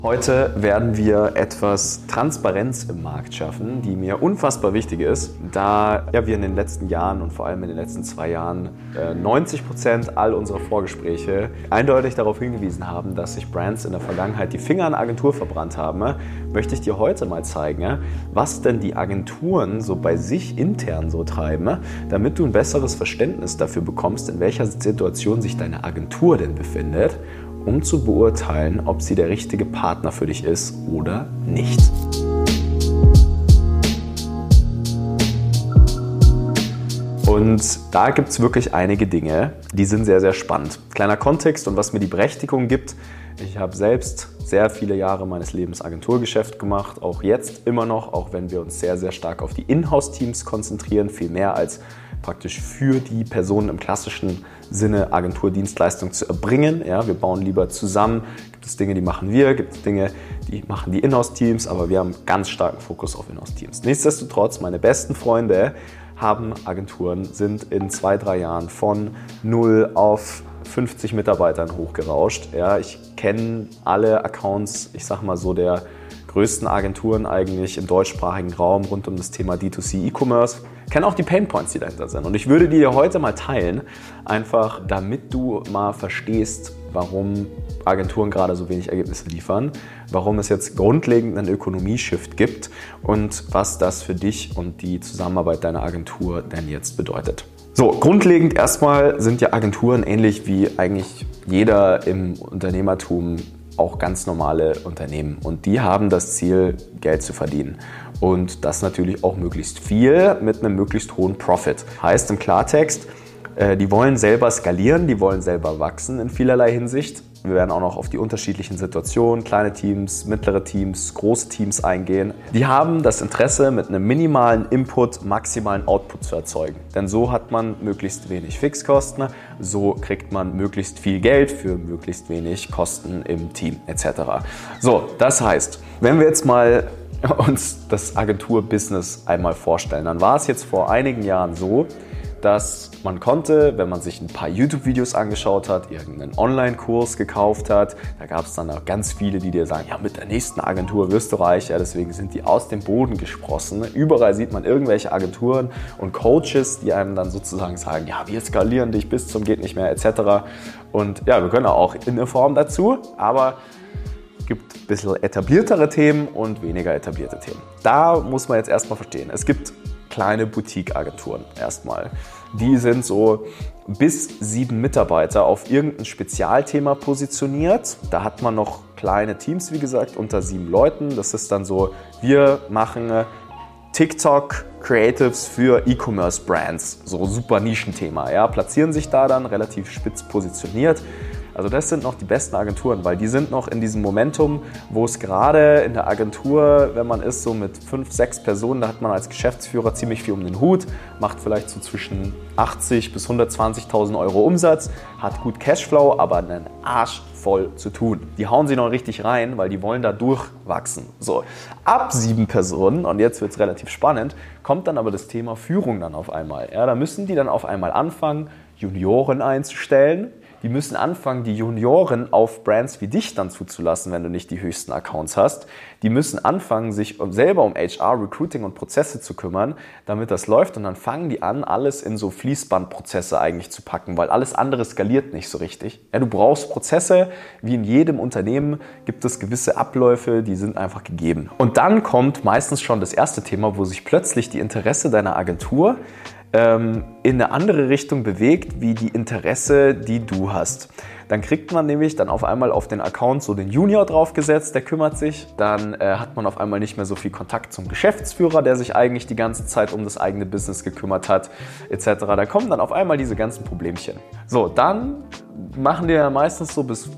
Heute werden wir etwas Transparenz im Markt schaffen, die mir unfassbar wichtig ist, da wir in den letzten Jahren und vor allem in den letzten 2 Jahren 90% all unserer Vorgespräche eindeutig darauf hingewiesen haben, dass sich Brands in der Vergangenheit die Finger an Agentur verbrannt haben, möchte ich dir heute mal zeigen, was denn die Agenturen so bei sich intern so treiben, damit du ein besseres Verständnis dafür bekommst, in welcher Situation sich deine Agentur denn befindet, um zu beurteilen, ob sie der richtige Partner für dich ist oder nicht. Und da gibt es wirklich einige Dinge, die sind sehr, sehr spannend. Kleiner Kontext und was mir die Berechtigung gibt. Ich habe selbst sehr viele Jahre meines Lebens Agenturgeschäft gemacht, auch jetzt immer noch, auch wenn wir uns sehr, sehr stark auf die Inhouse-Teams konzentrieren, viel mehr als praktisch für die Personen im klassischen Sinne Agenturdienstleistung zu erbringen. Ja, wir bauen lieber zusammen. Gibt es Dinge, die machen wir, gibt es Dinge, die machen die Inhouse-Teams, aber wir haben ganz starken Fokus auf Inhouse-Teams. Nichtsdestotrotz, meine besten Freunde haben Agenturen, sind in 2-3 Jahren von 0 auf 50 Mitarbeitern hochgerauscht. Ja, ich kenne alle Accounts, ich sag mal so der größten Agenturen eigentlich im deutschsprachigen Raum rund um das Thema D2C E-Commerce. Kenne auch die Painpoints, die dahinter sind. Und ich würde die dir heute mal teilen, einfach damit du mal verstehst, warum Agenturen gerade so wenig Ergebnisse liefern, warum es jetzt grundlegend einen Ökonomie-Shift gibt und was das für dich und die Zusammenarbeit deiner Agentur denn jetzt bedeutet. So, grundlegend erstmal sind ja Agenturen ähnlich wie eigentlich jeder im Unternehmertum auch ganz normale Unternehmen und die haben das Ziel, Geld zu verdienen und das natürlich auch möglichst viel mit einem möglichst hohen Profit. Heißt im Klartext, die wollen selber skalieren, die wollen selber wachsen in vielerlei Hinsicht. Wir werden auch noch auf die unterschiedlichen Situationen, kleine Teams, mittlere Teams, große Teams eingehen. Die haben das Interesse, mit einem minimalen Input maximalen Output zu erzeugen. Denn so hat man möglichst wenig Fixkosten, so kriegt man möglichst viel Geld für möglichst wenig Kosten im Team etc. So, das heißt, wenn wir jetzt mal uns das Agenturbusiness einmal vorstellen, dann war es jetzt vor einigen Jahren so, dass man konnte, wenn man sich ein paar YouTube-Videos angeschaut hat, irgendeinen Online-Kurs gekauft hat, da gab es dann auch ganz viele, die dir sagen, ja, mit der nächsten Agentur wirst du reich, ja, deswegen sind die aus dem Boden gesprossen. Überall sieht man irgendwelche Agenturen und Coaches, die einem dann sozusagen sagen, ja, wir skalieren dich bis zum geht nicht mehr etc. Und ja, wir können auch in der Form dazu, aber es gibt ein bisschen etabliertere Themen und weniger etablierte Themen. Da muss man jetzt erstmal verstehen, es gibt kleine Boutique-Agenturen erstmal. Die sind so bis 7 Mitarbeiter auf irgendein Spezialthema positioniert. Da hat man noch kleine Teams, wie gesagt, unter 7 Leuten. Das ist dann so, wir machen TikTok Creatives für E-Commerce-Brands. So super Nischenthema. Ja, platzieren sich da dann relativ spitz positioniert. Also das sind noch die besten Agenturen, weil die sind noch in diesem Momentum, wo es gerade in der Agentur, wenn man ist so mit 5, 6 Personen, da hat man als Geschäftsführer ziemlich viel um den Hut, macht vielleicht so zwischen 80.000 bis 120.000 Euro Umsatz, hat gut Cashflow, aber einen Arsch voll zu tun. Die hauen sie noch richtig rein, weil die wollen da durchwachsen. So, ab 7 Personen, und jetzt wird es relativ spannend, kommt dann aber das Thema Führung dann auf einmal. Ja, da müssen die dann auf einmal anfangen, Junioren einzustellen. Die müssen anfangen, die Junioren auf Brands wie dich dann zuzulassen, wenn du nicht die höchsten Accounts hast. Die müssen anfangen, sich selber um HR, Recruiting und Prozesse zu kümmern, damit das läuft. Und dann fangen die an, alles in so Fließbandprozesse eigentlich zu packen, weil alles andere skaliert nicht so richtig. Ja, du brauchst Prozesse, wie in jedem Unternehmen gibt es gewisse Abläufe, die sind einfach gegeben. Und dann kommt meistens schon das erste Thema, wo sich plötzlich die Interesse deiner Agentur in eine andere Richtung bewegt, wie die Interesse, die du hast. Dann kriegt man nämlich dann auf einmal auf den Account so den Junior draufgesetzt, der kümmert sich. Dann hat man auf einmal nicht mehr so viel Kontakt zum Geschäftsführer, der sich eigentlich die ganze Zeit um das eigene Business gekümmert hat, etc. Da kommen dann auf einmal diese ganzen Problemchen. So, dann machen die ja meistens so bis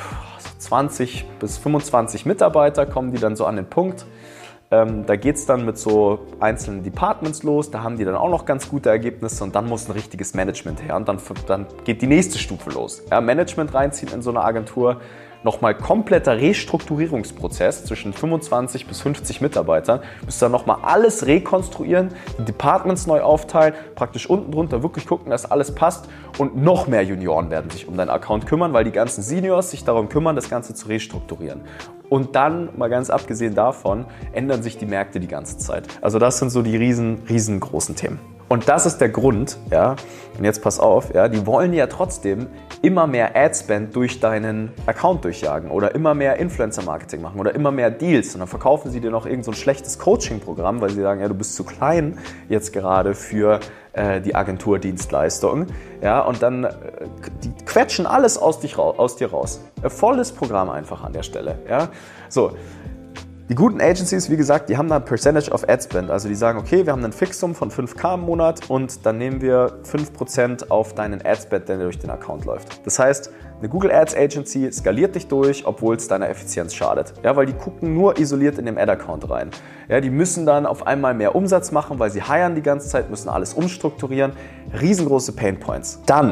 20 bis 25 Mitarbeiter, kommen die dann so an den Punkt. Da geht es dann mit so einzelnen Departments los, da haben die dann auch noch ganz gute Ergebnisse und dann muss ein richtiges Management her und dann geht die nächste Stufe los. Ja, Management reinziehen in so eine Agentur nochmal kompletter Restrukturierungsprozess zwischen 25 bis 50 Mitarbeitern. Du musst dann nochmal alles rekonstruieren, die Departments neu aufteilen, praktisch unten drunter wirklich gucken, dass alles passt und noch mehr Junioren werden sich um deinen Account kümmern, weil die ganzen Seniors sich darum kümmern, das Ganze zu restrukturieren. Und dann, mal ganz abgesehen davon, ändern sich die Märkte die ganze Zeit. Also das sind so die riesengroßen Themen. Und das ist der Grund, ja, und jetzt pass auf, ja, die wollen ja trotzdem immer mehr Adspend durch deinen Account durchjagen oder immer mehr Influencer-Marketing machen oder immer mehr Deals. Und dann verkaufen sie dir noch irgend so ein schlechtes Coaching-Programm, weil sie sagen, ja, du bist zu klein jetzt gerade für die Agenturdienstleistung. Ja, und dann die quetschen alles aus dir raus. Volles Programm einfach an der Stelle. Ja. So. Die guten Agencies, wie gesagt, die haben da Percentage of Ad Spend. Also die sagen, okay, wir haben einen Fixum von 5.000 im Monat und dann nehmen wir 5% auf deinen Ad Spend, der durch den Account läuft. Das heißt, eine Google Ads Agency skaliert dich durch, obwohl es deiner Effizienz schadet. Ja, weil die gucken nur isoliert in dem Ad-Account rein. Ja, die müssen dann auf einmal mehr Umsatz machen, weil sie hiren die ganze Zeit, müssen alles umstrukturieren. Riesengroße Painpoints. Dann,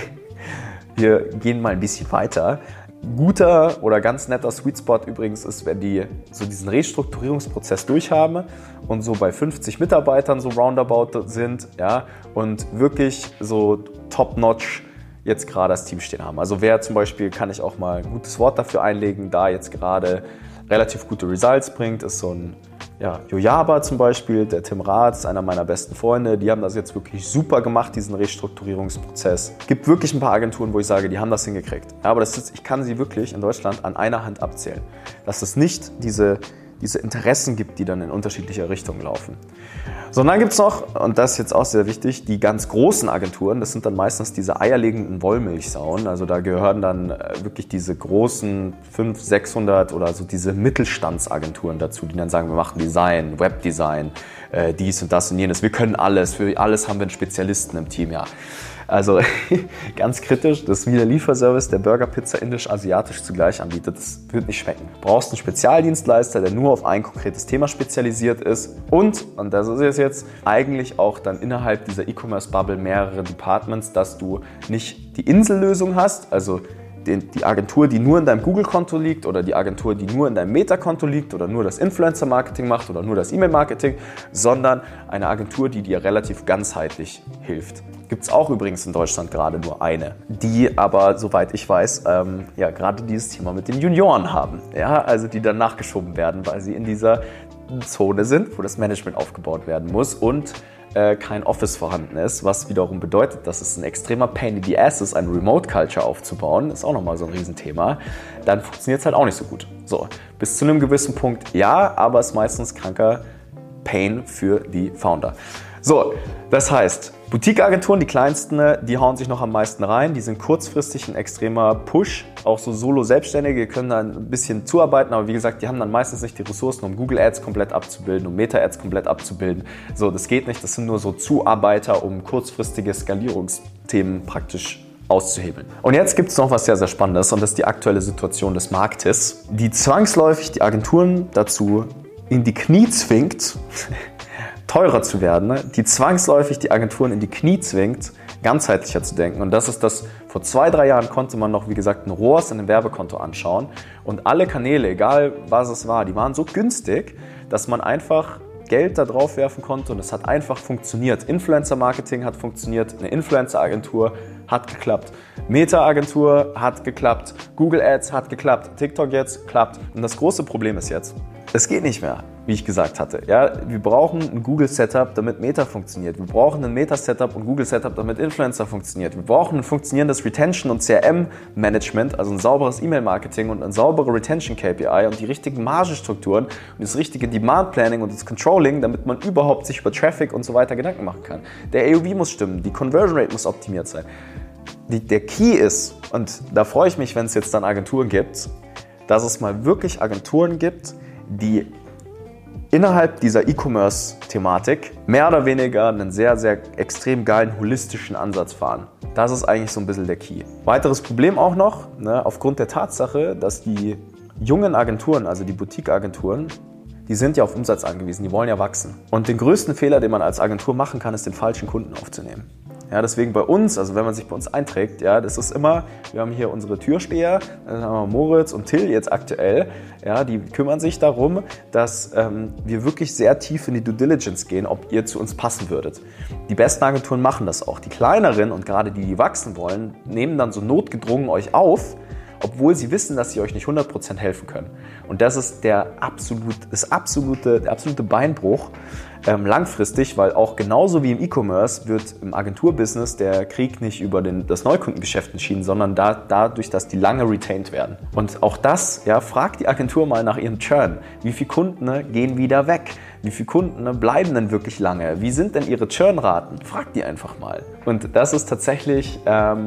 wir gehen mal ein bisschen weiter. Guter oder ganz netter Sweet Spot übrigens ist, wenn die so diesen Restrukturierungsprozess durchhaben und so bei 50 Mitarbeitern so roundabout sind, ja, und wirklich so top-notch jetzt gerade das Team stehen haben. Also wer zum Beispiel, kann ich auch mal ein gutes Wort dafür einlegen, da jetzt gerade relativ gute Results bringt, ist so ein Yojaba zum Beispiel, der Tim Rath ist einer meiner besten Freunde, die haben das jetzt wirklich super gemacht, diesen Restrukturierungsprozess. Es gibt wirklich ein paar Agenturen, wo ich sage, die haben das hingekriegt. Ja, aber ich kann sie wirklich in Deutschland an einer Hand abzählen. Dass es nicht diese Interessen gibt, die dann in unterschiedliche Richtungen laufen. So, und dann gibt es noch, und das ist jetzt auch sehr wichtig, die ganz großen Agenturen, das sind dann meistens diese eierlegenden Wollmilchsauen, also da gehören dann wirklich diese großen 500, 600 oder so diese Mittelstandsagenturen dazu, die dann sagen, wir machen Design, Webdesign, dies und das und jenes, wir können alles, für alles haben wir einen Spezialisten im Team, ja. Also ganz kritisch, das ist wie der Lieferservice, der Burger, Pizza, Indisch, Asiatisch zugleich anbietet. Das wird nicht schmecken. Du brauchst einen Spezialdienstleister, der nur auf ein konkretes Thema spezialisiert ist und das ist jetzt eigentlich auch dann innerhalb dieser E-Commerce-Bubble mehrere Departments, dass du nicht die Insellösung hast, also die Agentur, die nur in deinem Google-Konto liegt oder die Agentur, die nur in deinem Meta-Konto liegt oder nur das Influencer-Marketing macht oder nur das E-Mail-Marketing, sondern eine Agentur, die dir relativ ganzheitlich hilft. Gibt es auch übrigens in Deutschland gerade nur eine, die aber, soweit ich weiß, gerade dieses Thema mit den Junioren haben. Ja, also die dann nachgeschoben werden, weil sie in dieser Zone sind, wo das Management aufgebaut werden muss und kein Office vorhanden ist, was wiederum bedeutet, dass es ein extremer Pain in the Ass ist, eine Remote-Culture aufzubauen, ist auch nochmal so ein Riesenthema, dann funktioniert es halt auch nicht so gut. So, bis zu einem gewissen Punkt ja, aber es ist meistens kranker Pain für die Founder. So, das heißt, Boutique-Agenturen, die kleinsten, die hauen sich noch am meisten rein. Die sind kurzfristig ein extremer Push. Auch so Solo-Selbstständige können da ein bisschen zuarbeiten, aber wie gesagt, die haben dann meistens nicht die Ressourcen, um Google Ads komplett abzubilden, um Meta Ads komplett abzubilden. So, das geht nicht. Das sind nur so Zuarbeiter, um kurzfristige Skalierungsthemen praktisch auszuhebeln. Und jetzt gibt es noch was sehr, sehr Spannendes und das ist die aktuelle Situation des Marktes, die zwangsläufig die Agenturen dazu in die Knie zwingt, teurer zu werden, die zwangsläufig die Agenturen in die Knie zwingt, ganzheitlicher zu denken. Und das ist das, vor 2-3 Jahren konnte man noch, wie gesagt, ein ROAS in einem Werbekonto anschauen und alle Kanäle, egal was es war, die waren so günstig, dass man einfach Geld da drauf werfen konnte und es hat einfach funktioniert. Influencer-Marketing hat funktioniert, eine Influencer-Agentur hat geklappt, Meta-Agentur hat geklappt, Google Ads hat geklappt, TikTok jetzt klappt. Und das große Problem ist jetzt, es geht nicht mehr, wie ich gesagt hatte. Ja, wir brauchen ein Google-Setup, damit Meta funktioniert. Wir brauchen ein Meta-Setup und Google-Setup, damit Influencer funktioniert. Wir brauchen ein funktionierendes Retention- und CRM-Management, also ein sauberes E-Mail-Marketing und eine saubere Retention-KPI und die richtigen Margenstrukturen und das richtige Demand-Planning und das Controlling, damit man überhaupt sich über Traffic und so weiter Gedanken machen kann. Der AOV muss stimmen, die Conversion Rate muss optimiert sein. Der Key ist, und da freue ich mich, wenn es jetzt dann Agenturen gibt, dass es mal wirklich Agenturen gibt, die innerhalb dieser E-Commerce-Thematik mehr oder weniger einen sehr, sehr extrem geilen holistischen Ansatz fahren. Das ist eigentlich so ein bisschen der Key. Weiteres Problem auch noch, aufgrund der Tatsache, dass die jungen Agenturen, also die Boutique-Agenturen, die sind ja auf Umsatz angewiesen, die wollen ja wachsen. Und den größten Fehler, den man als Agentur machen kann, ist, den falschen Kunden aufzunehmen. Ja, deswegen bei uns, also wenn man sich bei uns einträgt, ja, das ist immer, wir haben hier unsere Türsteher, dann haben wir Moritz und Till jetzt aktuell, ja, die kümmern sich darum, dass wir wirklich sehr tief in die Due Diligence gehen, ob ihr zu uns passen würdet. Die besten Agenturen machen das auch. Die kleineren und gerade die, die wachsen wollen, nehmen dann so notgedrungen euch auf, obwohl sie wissen, dass sie euch nicht 100% helfen können. Und das ist der absolute Beinbruch langfristig, weil auch genauso wie im E-Commerce wird im Agenturbusiness der Krieg nicht über das Neukundengeschäft entschieden, sondern dadurch, dass die lange retained werden. Und auch das, ja, fragt die Agentur mal nach ihrem Churn. Wie viele Kunden gehen wieder weg? Wie viele Kunden bleiben denn wirklich lange? Wie sind denn ihre Churnraten? Fragt die einfach mal. Und das ist tatsächlich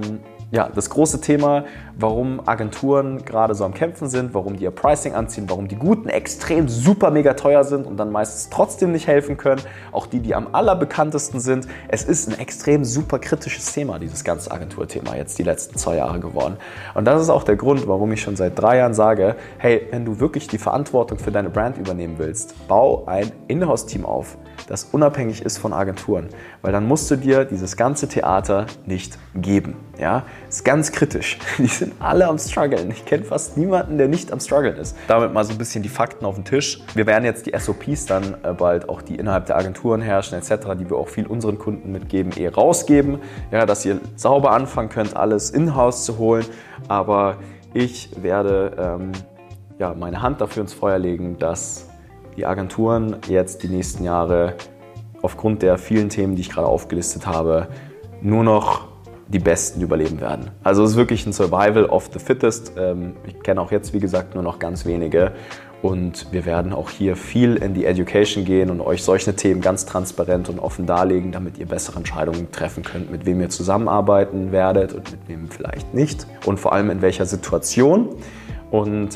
das große Thema, warum Agenturen gerade so am Kämpfen sind, warum die ihr Pricing anziehen, warum die Guten extrem super mega teuer sind und dann meistens trotzdem nicht helfen können. Auch die am allerbekanntesten sind. Es ist ein extrem super kritisches Thema, dieses ganze Agenturthema jetzt die letzten 2 Jahre geworden. Und das ist auch der Grund, warum ich schon seit 3 Jahren sage, hey, wenn du wirklich die Verantwortung für deine Brand übernehmen willst, bau ein Inhouse-Team auf, das unabhängig ist von Agenturen, weil dann musst du dir dieses ganze Theater nicht geben. Ja, ist ganz kritisch. Die sind alle am struggeln. Ich kenne fast niemanden, der nicht am struggeln ist. Damit mal so ein bisschen die Fakten auf den Tisch. Wir werden jetzt die SOPs dann bald auch, die innerhalb der Agenturen herrschen etc., die wir auch viel unseren Kunden mitgeben, rausgeben, ja, dass ihr sauber anfangen könnt, alles in-house zu holen. Aber ich werde meine Hand dafür ins Feuer legen, dass die Agenturen jetzt die nächsten Jahre aufgrund der vielen Themen, die ich gerade aufgelistet habe, nur noch die Besten überleben werden. Also es ist wirklich ein Survival of the Fittest. Ich kenne auch jetzt, wie gesagt, nur noch ganz wenige. Und wir werden auch hier viel in die Education gehen und euch solche Themen ganz transparent und offen darlegen, damit ihr bessere Entscheidungen treffen könnt, mit wem ihr zusammenarbeiten werdet und mit wem vielleicht nicht. Und vor allem in welcher Situation. Und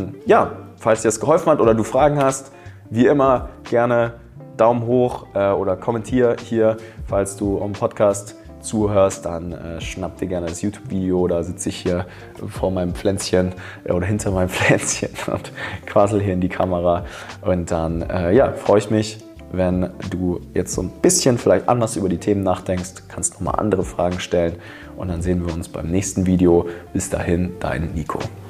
falls dir das geholfen hat oder du Fragen hast, wie immer gerne Daumen hoch oder kommentier hier, falls du am Podcast zuhörst, dann schnapp dir gerne das YouTube-Video oder sitze ich hier vor meinem Pflänzchen oder hinter meinem Pflänzchen und quassel hier in die Kamera. Und dann freue ich mich, wenn du jetzt so ein bisschen vielleicht anders über die Themen nachdenkst, kannst nochmal andere Fragen stellen und dann sehen wir uns beim nächsten Video. Bis dahin, dein Nico.